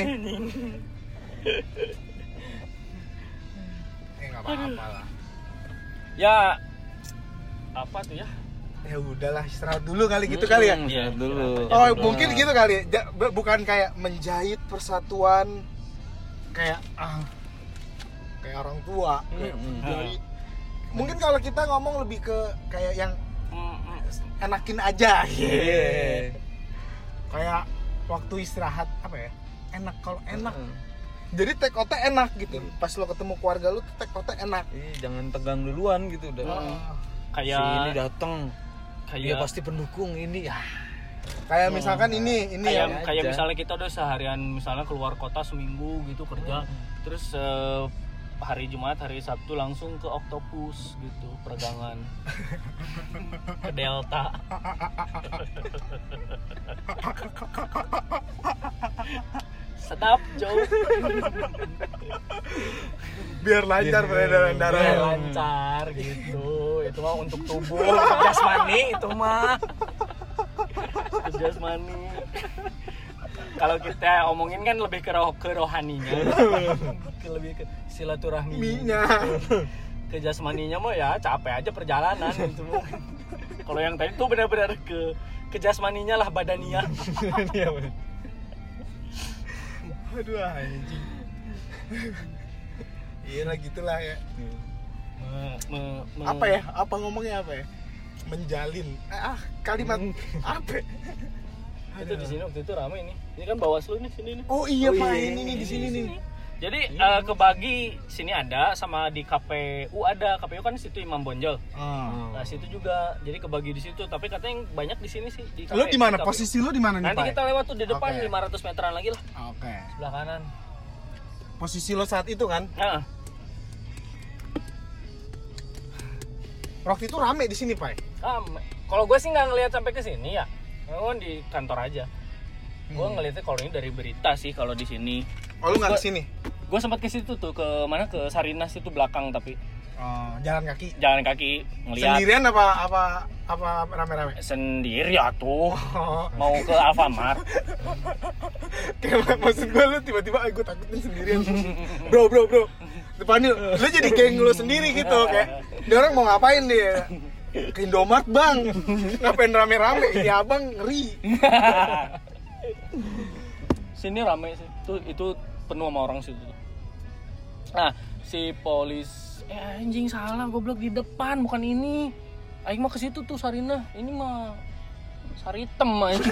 Eh enggak apa-apa lah. Ya apa tuh ya? Ya udahlah, istirahat dulu kali gitu kali ya. Hmm, Iya, dulu. Oh, mungkin gitu kali. Ja- bu- bukan kayak menjahit persatuan kayak ah, kayak orang tua. Kayak Hmm, hmm. menjahit. Mungkin kalau kita ngomong lebih ke kayak yang Mm, mm. enakin aja. Iya. Kayak waktu istirahat apa ya? Enak kalau enak. Heeh. Jadi take out-nya enak gitu. Pas lo ketemu keluarga lu tuh take out-nya enak. Iya, jangan tegang duluan gitu udah. Ah. Kayak Si ini datang. kayak Dia pasti pendukung ini ya. Kayak misalkan ini ini kayak yang kayak aja. misalnya kita udah seharian misalnya keluar kota seminggu gitu kerja, terus eh, hari Jumat, hari Sabtu langsung ke Octopus gitu, peregangan ke Delta. Sedap, Joe. biar lancar peredaran Biar darah. lancar gitu. Itu mah untuk tubuh, untuk jasmani itu mah. Untuk jasmani. Kalau kita omongin kan lebih ke roh ke rohaninya. Ke lebih ke silaturahmi. Minyak. ke jasmaninya mah ya capek aja perjalanan gitu. Kalau yang tadi tuh benar-benar ke ke jasmaninya lah, badaninya. Iya bener. Aduh anjing. Iya lah gitulah ya. Me- me- me- Apa ya? Apa ngomongnya apa ya? Menjalin. Eh, ah, kalimat apa? Itu di sini waktu itu ramai nih. Ini kan Bawaslu nih sini nih. Oh iya Oh, Pak, iya, ini nih di sini nih. Jadi eh, kebagi sini ada, sama di K P U ada. K P U kan situ Imam Bonjol. Ah. Nah, situ juga. Jadi kebagi di situ, tapi katanya yang banyak di sini sih di K P U. Lu di mana? K P U. Posisi lu di mana nih, Nanti Pak? kita lewat tuh di depan Oke. lima ratus meteran lagi lah, Oke. sebelah kanan. Posisi lo saat itu kan? Nah, Waktu itu rame di sini, Pak. ah, kalau gue sih nggak ngelihat sampai ke sini ya. Gue di kantor aja. Gue Hmm. ngelihatnya kalau ini dari berita sih kalau di sini. Oh, lu nggak ke sini? Gue sempat ke situ tuh, ke mana, ke Sarinas itu belakang, tapi Oh, jalan kaki. jalan kaki ngelihat Sendirian apa apa apa rame-rame? sendiri ya tuh. Oh, Mau ke Alfamart. kayak maksud gue lu tiba-tiba ah, gue takutin sendirian. Bro, bro, bro. Depannya lu jadi geng lu sendiri gitu kayak dia orang mau ngapain dia? Ke Indomaret, Bang. Ngapain rame-rame? Ini abang ngeri. Sini rame sih. Tuh itu penuh sama orang situ. Nah, si polis eh anjing salah, goblok, di depan bukan ini. Aing mah ke situ tuh Sarinah. Ini mah Saritem aja.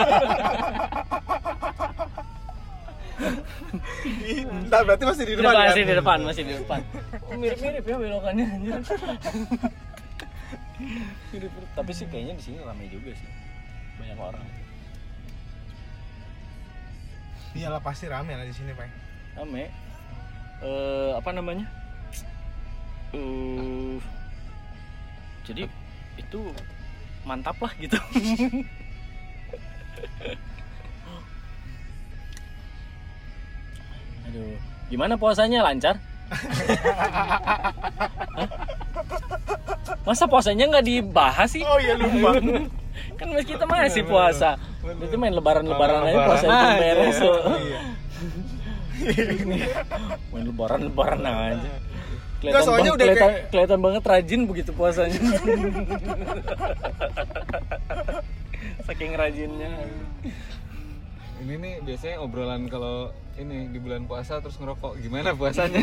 Nah, berarti masih di depan, kan? Masih di depan, masih di depan. Oh, mirip-mirip ya belokannya. Mirip-mirip. Tapi sih kayaknya di sini ramai juga sih. Banyak orang. Iyalah pasti rame lah di sini, Pak. Rame. Eh apa namanya? Uh, jadi itu mantap lah gitu. Aduh, gimana puasanya, lancar? Hah? Masa puasanya nggak dibahas sih? Oh iya lupa. Kan mas kita masih puasa. Itu main lebaran-lebaran Oh, aja, puasa itu lebaran beres. aja. So. Iya. Main lebaran-lebaran aja. Nggak, Kelihatan, soalnya bang- udah kelihatan, kayak- kelihatan banget rajin begitu puasanya. Saking rajinnya. Ini nih biasanya obrolan kalau ini di bulan puasa terus ngerokok, gimana puasanya?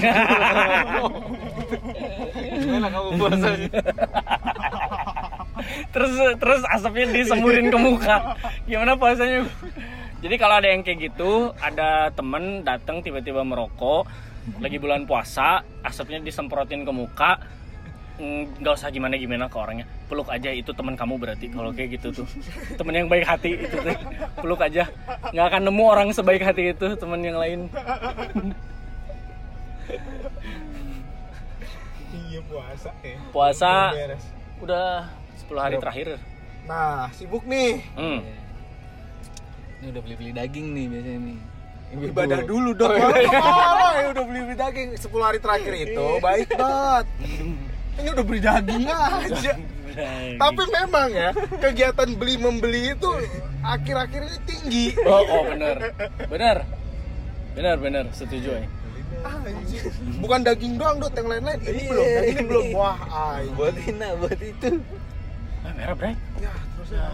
Gimana kamu puasanya? terus terus asapnya disemburin ke muka. Gimana puasanya? Jadi kalau ada yang kayak gitu, ada temen datang tiba-tiba merokok, lagi bulan puasa, asapnya disemprotin ke muka, nggak usah gimana-gimana ke orangnya, peluk aja, itu teman kamu berarti. Kalau kayak gitu tuh temen yang baik hati itu tuh, peluk aja, nggak akan nemu orang sebaik hati itu teman yang lain. Iya puasa ya. Puasa Udah beres. udah sepuluh hari terakhir. Nah, sibuk nih. Hmm. Ini udah beli-beli daging nih biasanya nih. Ibadah dulu dong. Oh, ya udah beli daging sepuluh hari terakhir itu baik banget. Ini udah beli daging aja. Tapi memang ya, kegiatan beli membeli itu akhir-akhir ini tinggi. Oh, oh benar. Benar. Benar, benar, setuju ya. Ah, anjir. Bukan daging doang, Dot, yang lain-lain. Ini belum, yang ini belum. Wah, anjir. Buat Ina, buat itu. Ah, merah, Bray. Ya, terus ya.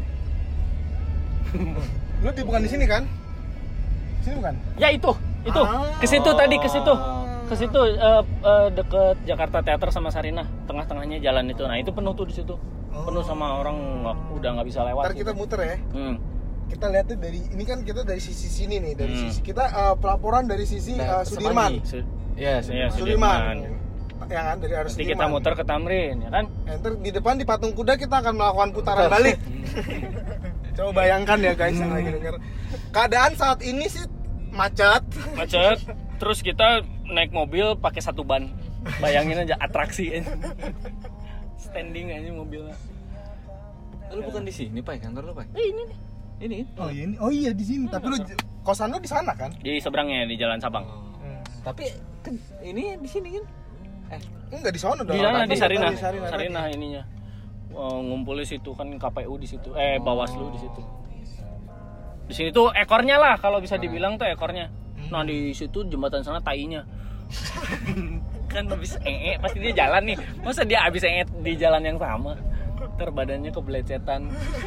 Lu di bukan di sini kan? Sini bukan? Ya itu, itu. Ah. Ke situ tadi, ke situ. Ke situ uh, uh, deket Jakarta Theater sama Sarinah, tengah-tengahnya jalan itu. Nah, itu penuh tuh di situ. Penuh sama orang, nggak, udah nggak bisa lewat. Ntar kita gitu. muter ya. Hmm. Kita lihatnya dari ini kan kita dari sisi sini nih, dari Hmm. sisi kita uh, pelaporan dari sisi uh, Sudirman. Su- Iya, Iya, Sudirman. Sudirman. Ya kan dari arah Nanti Sudirman. kita muter ke Tamrin, ya kan? Enter di depan di patung kuda kita akan melakukan putaran balik. Coba bayangkan ya guys yang lagi denger. Keadaan saat ini sih macet. Macet. Terus kita naik mobil pakai satu ban. Bayangin aja atraksi aja. Standing aja mobilnya. Lu bukan di sini, Pak, kantor lu, Pak? Eh, ini nih. Ini. Oh iya ini. Oh iya di sini. Tapi lu kosan lu di sana kan? Di seberangnya di Jalan Sabang. Tapi kan ini di sini kan? Eh, Enggak di sana dong. Di sana di Sarinah. Di Sarinah. Sarinah ininya. Oh, ngumpul di situ kan K P U di situ. Eh, Bawaslu di situ. Di sini tuh ekornya lah kalau bisa dibilang tuh ekornya. Nah, di situ jembatan sana tainya. kan habis ee pasti dia jalan nih. Masa dia habis ee di jalan yang sama? Ntar badannya keblecetan.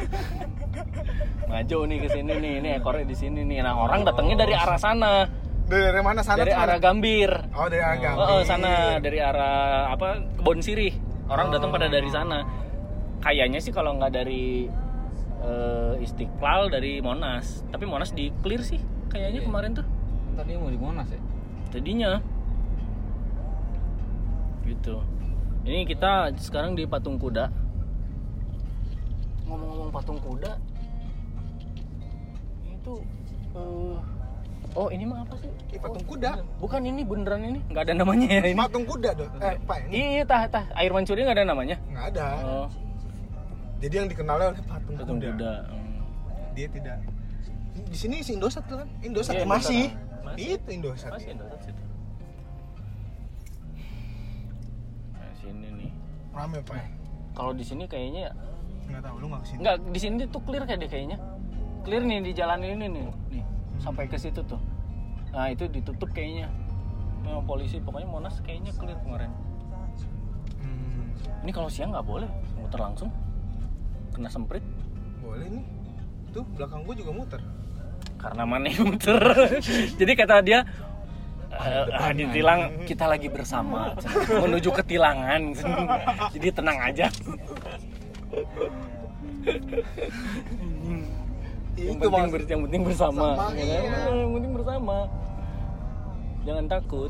Maju nih ke sini nih, ini ekornya di sini nih. Nah, orang datangnya dari arah sana. Dari, dari mana sana? Dari tuh arah mana? Gambir. Oh, dari arah Gambir. Oh, sana dari arah apa? Kebon Sirih. Orang datang pada dari sana. Kayaknya sih kalau nggak dari uh, Istiqlal, dari Monas. Tapi Monas di clear sih kayaknya Iya. kemarin tuh. Tadi mau di Monas ya? Jadinya gitu. Ini kita sekarang di Patung Kuda. Ngomong-ngomong Patung Kuda, itu uh, oh ini mah apa sih? Ih, patung kuda. Bukan ini beneran ini, nggak ada namanya ya ini. Patung kuda dong. Eh, Pak, ini Iya, tah tah air mancurnya nggak ada namanya. nggak ada. Oh, Jadi yang dikenalnya oleh patung, Patung kuda. Kuda. Hmm. Dia tidak. Di sini si Indosat tuh kan. Indosat Iya, ya, masih. Indosat. Masih. Itu Indosat. Masih Indosat situ. Nah, sini nih. Rame, Pak. Kalau di sini kayaknya Enggak tahu lu enggak kesini. Enggak, di sini tuh clear kayak deh kayaknya. Clear nih di jalan ini nih, nih sampai ke situ tuh. Nah itu ditutup kayaknya. Memang polisi pokoknya Monas kayaknya clear kemarin. Hmm, Ini kalau siang nggak boleh muter langsung, kena semprit. boleh nih. Tuh belakang gua juga muter. Karena mana yang muter. Jadi kata dia eh, ah, ditilang kita lagi bersama menuju ke tilangan. Jadi tenang aja. yang Itu penting mas. ber- yang penting bersama, Sama, ya kan? iya. Yang penting bersama. Jangan takut.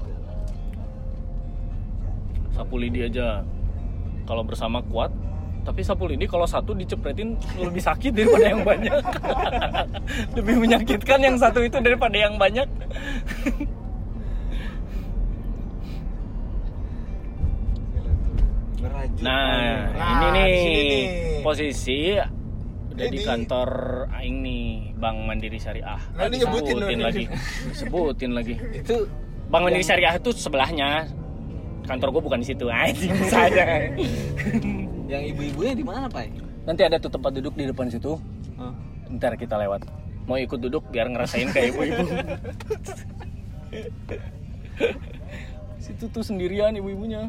Sapu lidi aja. Kalau bersama kuat, tapi sapu lidi kalau satu dicepretin lebih sakit daripada yang banyak. Lebih menyakitkan yang satu itu daripada yang banyak. Ngerajut. Nah, Nah, ini nih, di sini nih. posisi udah di Ini. kantor aing nih, Bank Mandiri Syariah. Nah, ini nyebutin Sebutin loh. lagi. Sebutin lagi. Itu Bank Mandiri Syariah itu sebelahnya. Kantor gue bukan di situ. Anjing saja. yang ibu-ibunya di mana, Pak? Nanti ada tuh tempat duduk di depan situ. Oh. Ntar kita lewat. Mau ikut duduk biar ngerasain kayak ibu-ibu. Situ tuh sendirian ibu-ibunya.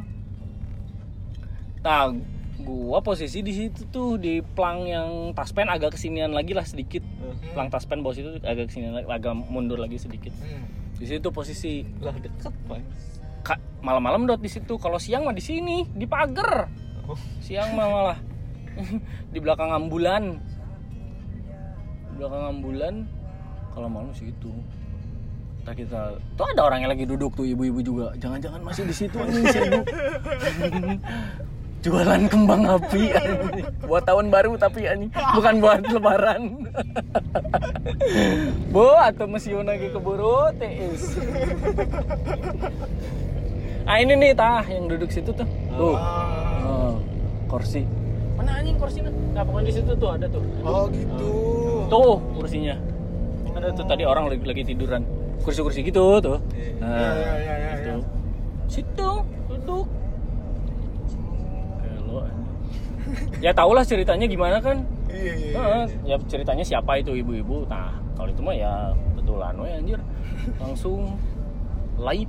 Nah, gua posisi di situ tuh di plang yang taspen agak kesinian lagi lah sedikit. Plang taspen bawah situ agak kesinian lagi, agak mundur lagi sedikit. Hmm. Di situ posisi. Lah deket, Pak. Kak, malam-malam dot di situ. Kalau siang mah di sini, di pagar. Siang mah malah di belakang ambulan. Di belakang ambulan. Kalau malam sih itu. Kita kita tuh ada orang yang lagi duduk tuh ibu-ibu juga. Jangan-jangan masih di situ anjing si ibu. Jualan kembang api anjing. Buat tahun baru tapi anjing, bukan buat lebaran. Bo atau mesion lagi keburu teis. Ah ini nih tah yang duduk situ tuh. Tuh. Oh, kursi. Mana anjing kursinya? Nah, pokoknya di situ tuh ada tuh. Oh gitu. Tuh kursinya. Ada tuh tadi orang lagi, lagi tiduran. Kursi-kursi gitu tuh. Nah, Iya, iya, iya, iya, gitu. Situ duduk. Kalau ya tau lah ceritanya gimana kan. Iya iya. iya. Nah, ya ceritanya siapa itu ibu-ibu. Nah, kalau itu mah ya betulan we anjir. Langsung live.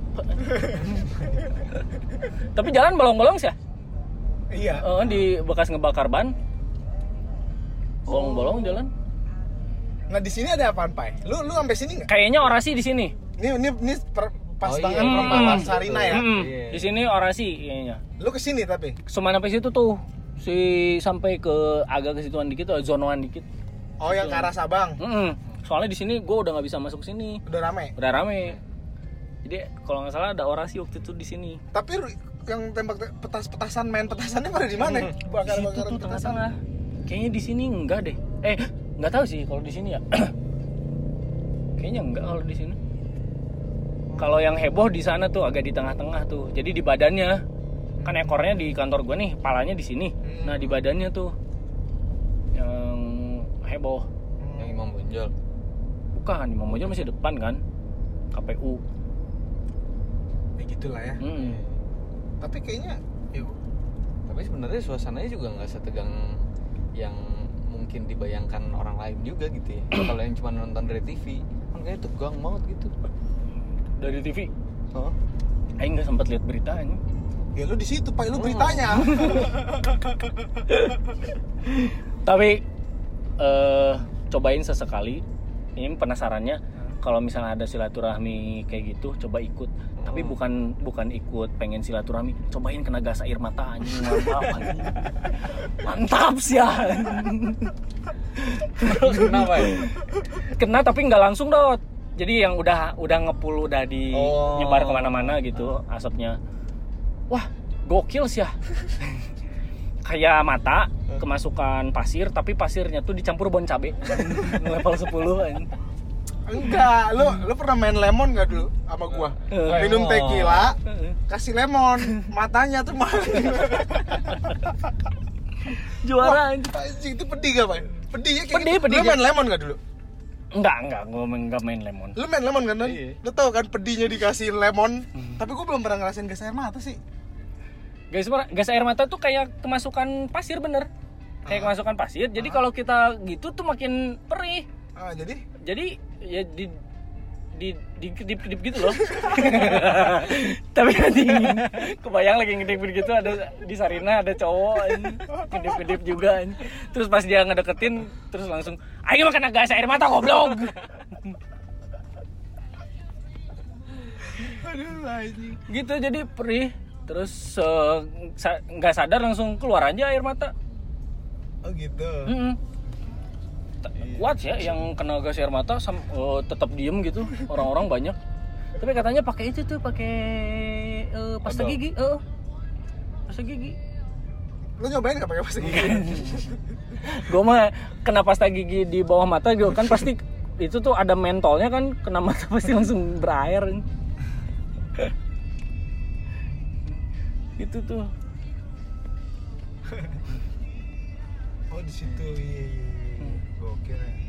Tapi jalan bolong-bolong sih ya. Iya. Eh, di bekas ngebakar ban. Bolong-bolong jalan. Nah di sini ada apaan, Pai? Lu lu sampai sini nggak? Kayaknya orasi di sini. Ini ini ini per, pas Oh, banget iya. perempatan Hmm. Sarina ya. Mm-mm. Iya. Di sini orasi kayaknya. Lu kesini tapi. Cuman sampai situ tuh. Si sampai ke agak ke situan dikit atau zonoan dikit. Oh yang ke arah Sabang. Mm-mm. Soalnya di sini gue udah nggak bisa masuk sini. Udah rame. Udah rame. Jadi kalau nggak salah ada orasi waktu itu di sini. Tapi ru- yang tembak te- petas-petasan main petasannya pada di mana? Di situ Bakar-bakaran tuh petasan. tengah-tengah. Kayaknya di sini enggak deh. Eh, nggak tahu sih kalau di sini ya. Kayaknya enggak kalau di sini. Kalau yang heboh di sana tuh agak di tengah-tengah tuh. Jadi di badannya kan ekornya di kantor gue nih, palanya di sini. Nah di badannya tuh yang heboh. Yang Imam Bonjol. Bukan, Imam Bonjol masih depan kan, K P U. Ya gitulah ya. Hmm. Tapi kayaknya yuk. Tapi sebenarnya suasananya juga nggak setegang yang mungkin dibayangkan orang lain juga gitu ya. Kalau yang cuma nonton dari T V, kan kayaknya tegang banget gitu. Dari T V. Oh. Aing nggak sempat lihat beritanya. Ya lu di situ, Pak, lu beritanya. Tapi eh cobain sesekali. Ini penasarannya kalau misalnya ada silaturahmi kayak gitu, coba ikut. Tapi bukan bukan ikut pengen silaturahmi, cobain kena gas air mata anjing, mantap anjing. Mantap sih ya. Kenapa ya? Kena tapi nggak langsung dot. Jadi yang udah udah ngepul udah di Oh. nyebar kemana-mana gitu asapnya. Wah, gokil sih ya. Kayak mata kemasukan pasir, tapi pasirnya tuh dicampur bon cabe. Level sepuluh anjing. Enggak, lu lu pernah main lemon enggak dulu sama gua? Eh. Minum Lemon. tequila, kasih lemon, matanya tuh mah. Juara anjing. Anjing itu pedih gak, Pak? Pedihnya kayak Pedih, gitu. pedih, Lu main Jan. lemon enggak dulu? Enggak, enggak, gua enggak main lemon. Lu main lemon kan? Nan? Iya. Lu tau kan pedihnya dikasih lemon, tapi gua belum pernah ngerasain gas air mata sih. Gas gas air mata tuh kayak kemasukan pasir bener. Kayak kemasukan pasir. Jadi kalau kita gitu tuh makin perih. Ah, jadi Jadi ya di di di kedip-kedip gitu loh. Tapi nanti kebayang lagi ngedip-kedip gitu ada di Sarina ada cowok kedip-kedip juga. Terus pas dia ngedeketin terus langsung ayo makan gas air mata goblok. aduh anjing. Gitu jadi perih. Terus eh, sa- nggak sadar langsung keluar aja air mata. Oh gitu. Mm-mm. Ta- Kuat sih ya yang kena gas air mata sam- eh, tetap diem gitu orang-orang banyak. Tapi katanya pakai itu tuh pakai eh, pasta Odol. gigi, eh pasta gigi. Lu nyobain gak pakai pasta gigi? Gue mah kena pasta gigi di bawah mata gitu kan pasti itu tuh ada mentolnya kan kena mata pasti langsung berair. Gitu tuh. Oh di situ, iya iya iya. Gokil ya.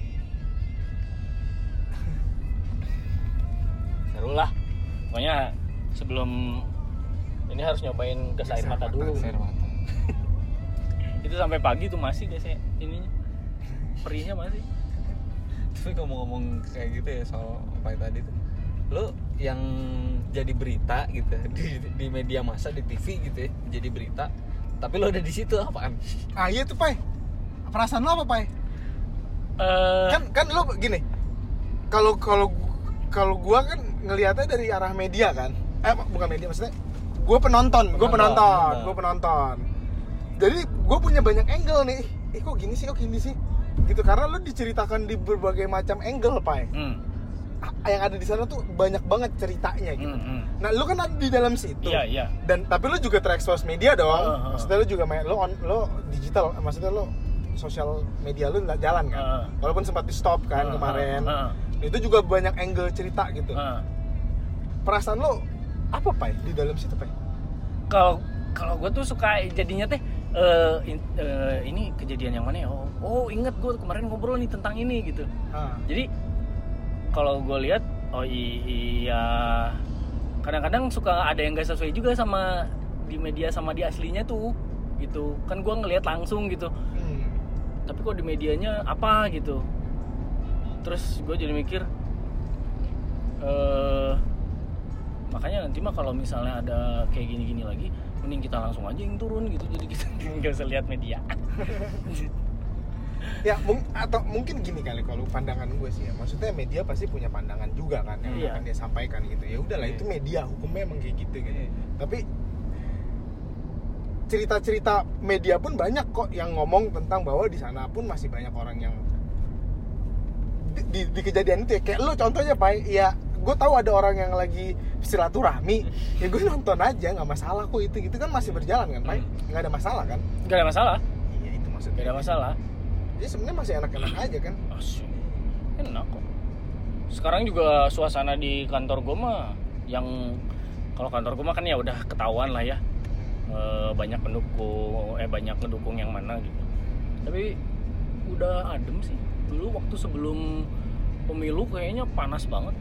Seru lah. Pokoknya sebelum ini harus nyobain gas air mata dulu. Gas air mata. Itu sampai pagi tuh masih gasnya ininya. Perihnya masih. Tapi ngomong-ngomong kayak gitu ya soal apa tadi tuh, lo yang jadi berita gitu di, di media massa di T V gitu ya, jadi berita, tapi lo ada di situ apaan? Ah iya tuh, Pai. Perasaan lo apa, Pai? Eh, Kan kan lo gini. Kalau kalau kalau gua kan ngelihatnya dari arah media kan. Eh bukan media maksudnya. Gua penonton, gua Penonton, penonton, penonton. gua penonton. Jadi gua punya banyak angle nih. Eh kok gini sih, kok gini sih? Gitu karena lo diceritakan di berbagai macam angle, Pai. hmm, Yang ada di sana tuh banyak banget ceritanya gitu. hmm, hmm. Nah, lu kan ada di dalam situ. Iya, iya. Dan tapi lu juga terekspos media dong. Uh, uh. Maksudnya lu juga main lu on, lu digital, maksudnya lu sosial media lu nggak jalan kan. Uh. Walaupun sempat di stop kan Uh, kemarin. uh, uh. Itu juga banyak angle cerita gitu. Nah, Perasaan lu apa, Pai, di dalam situ, Pai? kalau kalau gue tuh suka jadinya teh eh, in- eh, ini kejadian yang mana ya? Oh, oh inget gue kemarin ngobrol nih tentang ini gitu. Ah. Jadi kalau gue lihat, oh i- iya, kadang-kadang suka ada yang gak sesuai juga sama di media sama di aslinya tuh, gitu. Kan gue ngelihat langsung gitu, Hmm. tapi kok di medianya apa gitu. Terus gue jadi mikir, eh makanya nanti mah kalau misalnya ada kayak gini-gini lagi, mending kita langsung aja yang turun gitu, jadi kita nggak usah lihat media. Ya, mung- atau mungkin gini kali kalau pandangan gue sih ya. Maksudnya media pasti punya pandangan juga kan yang Iya. akan dia sampaikan gitu. Ya udahlah, itu media, hukumnya emang kayak gitu gitu. Tapi cerita-cerita media pun banyak kok yang ngomong tentang bahwa di sana pun masih banyak orang yang di, di, di kejadian itu ya. Kayak lu contohnya, Pai, ya gue tahu ada orang yang lagi silaturahmi, ya gue nonton aja, nggak masalah kok, itu gitu kan masih berjalan kan, Pai, nggak ada masalah kan? Nggak ada masalah, Iya itu maksudnya. nggak ada masalah. Jadi sebenarnya masih enak-enak aja kan? Asyik, enak kok. Sekarang juga suasana di kantor gue mah, yang kalau kantor gue mah kan ya udah ketahuan lah ya, e, banyak pendukung, eh banyak pendukung yang mana gitu. Tapi udah adem sih. Dulu waktu sebelum pemilu kayaknya panas banget.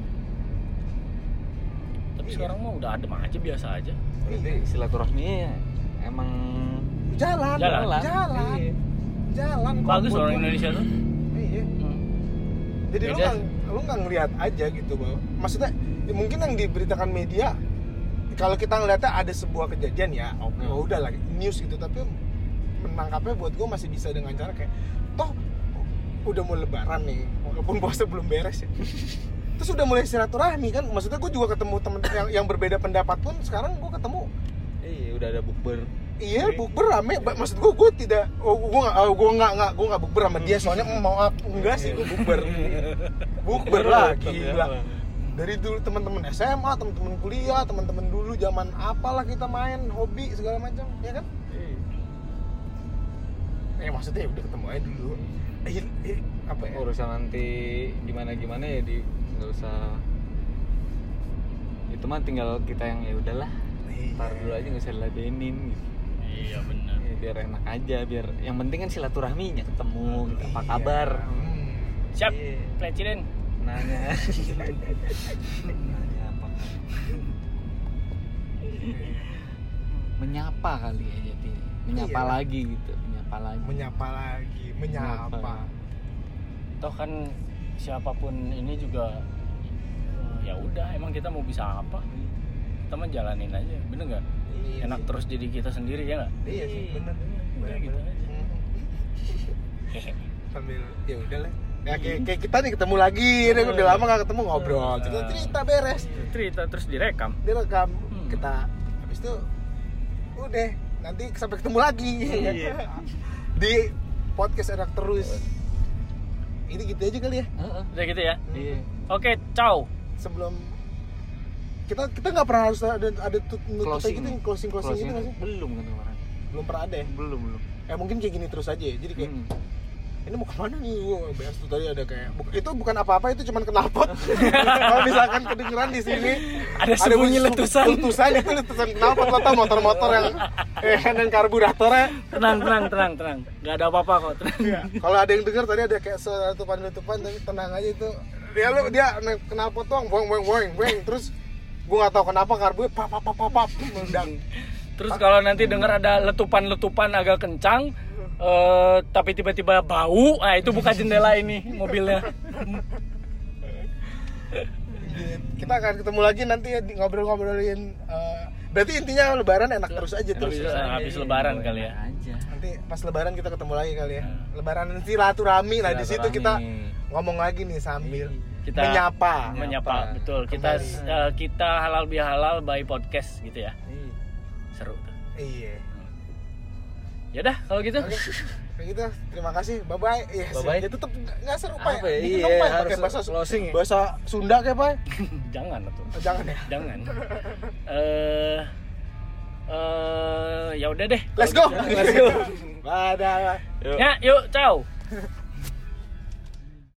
Tapi Iya. sekarang mah udah adem aja, biasa aja. Berarti silaturahminya emang Jalan, Jalan. jalan, jalan, Iya. jalan. kok Bagus buat orang gua. Indonesia tuh. Iya. Hmm. Jadi lu Beda. nggak lu nggak ngelihat aja gitu, bahwa maksudnya ya mungkin yang diberitakan media kalau kita ngeliatnya ada sebuah kejadian ya, oke Hmm. oh, udah lah news gitu, tapi menangkapnya buat gue masih bisa dengan cara kayak toh udah mau lebaran nih, walaupun puasa belum beres ya. Terus udah mulai silaturahmi kan, maksudnya gue juga ketemu temen yang, yang berbeda pendapat pun sekarang gue ketemu. Iya, udah ada bukber. Iya, bukber rame. Ba- Maksud gue, gue tidak, oh, gue nggak, oh, gue nggak, nggak, gue nggak bukber sama dia. Soalnya mau apa? Enggak sih, gue bukber. Bukber lah, gila. Dari dulu teman-teman S M A, teman-teman kuliah, teman-teman dulu zaman apalah kita main, hobi segala macam, ya kan? Eh maksudnya ya udah ketemu aja dulu. Eh, eh apa ya? Urusan nanti gimana-gimana ya di nggak usah. Itu mah tinggal kita yang ya udahlah. Ntar dulu aja nggak usah diladenin gitu. Iya benar. Ya, biar enak aja, biar yang penting kan silaturahminya ketemu gitu. Apa Iya. kabar? Hmm. Siap, Iya. Presiden. Nanya. Nanya apa? Menyapa kali ya jadi. Menyapa Iya. lagi gitu, menyapa lagi. Menyapa lagi, menyapa. Menyapa. Toh kan siapapun ini juga eh, ya udah emang kita mau bisa apa? Kita mah jalanin aja, bener nggak? Iya Enak sih. terus jadi kita sendiri ya nggak? Iya sih, bener. Udah gitu aja. Sambil ya udah lah. Ya kayak, kayak kita nih ketemu lagi, udah, udah lama gak ketemu ngobrol, cerita cerita beres, Cerita terus direkam. direkam, Hmm. kita habis itu udah nanti sampai ketemu lagi di podcast enak terus. Ini gitu aja kali ya. Heeh. Udah gitu ya. Iya. Oke, ciao. Sebelum kita kita nggak pernah harus ada ada tut- nutup kayak gitu, closing closing gitu nggak sih? Belum kan kemarin. Belum pernah ada ya. Belum, belum. Eh mungkin kayak gini terus aja ya. Jadi kayak Hmm. ini mau kemana nih? Wah, biasa tuh tadi ada kayak bu- itu bukan apa-apa, itu cuman knalpot. Kalau misalkan kedengeran di sini Ada sebunyi bunyi letusan. letusan itu letusan knalpot, lo tau motor-motor yang eh dan karburatornya. Tenang, tenang, tenang, tenang. Gak ada apa-apa kok. Tenang. Iya. Kalau ada yang denger tadi ada kayak letupan-letupan, tapi tenang aja itu. Dia lu dia knalpot doang, boing boing boing boing, terus gua nggak tahu kenapa karbunya pap pap pap pap pap meledak. Terus kalau nanti dengar ada letupan-letupan agak kencang, eh, tapi tiba-tiba bau, ah itu buka jendela ini mobilnya. Kita akan ketemu lagi nanti ya, di ngobrol-ngobrolin eh, berarti intinya lebaran enak terus aja terus. Habis, habis lebaran kali ya. Aja. Nanti pas lebaran kita ketemu lagi kali ya. Hmm. Lebaran nanti silaturahmi. Nah, di situ kita Silaturahmi. ngomong lagi nih sambil Kita menyapa. menyapa, betul. Kita Kembali. eh, kita halal bihalal by podcast gitu ya. Iya. Seru tuh. Iya. Ya udah kalau gitu. Oke. Kayak gitu. Terima kasih. Bye bye. Yes. Bye-bye. Jadi tetap enggak seru, Pak. Apa ya? Bikin Iya, dong, Pak. harus Pakai bahasa closing ya. bahasa Sunda kayak, Pak. Jangan tuh. Oh, jangan ya. Jangan. Eh eh ya udah deh. Let's go. Let's go. Dadah. Ya, yuk, ciao.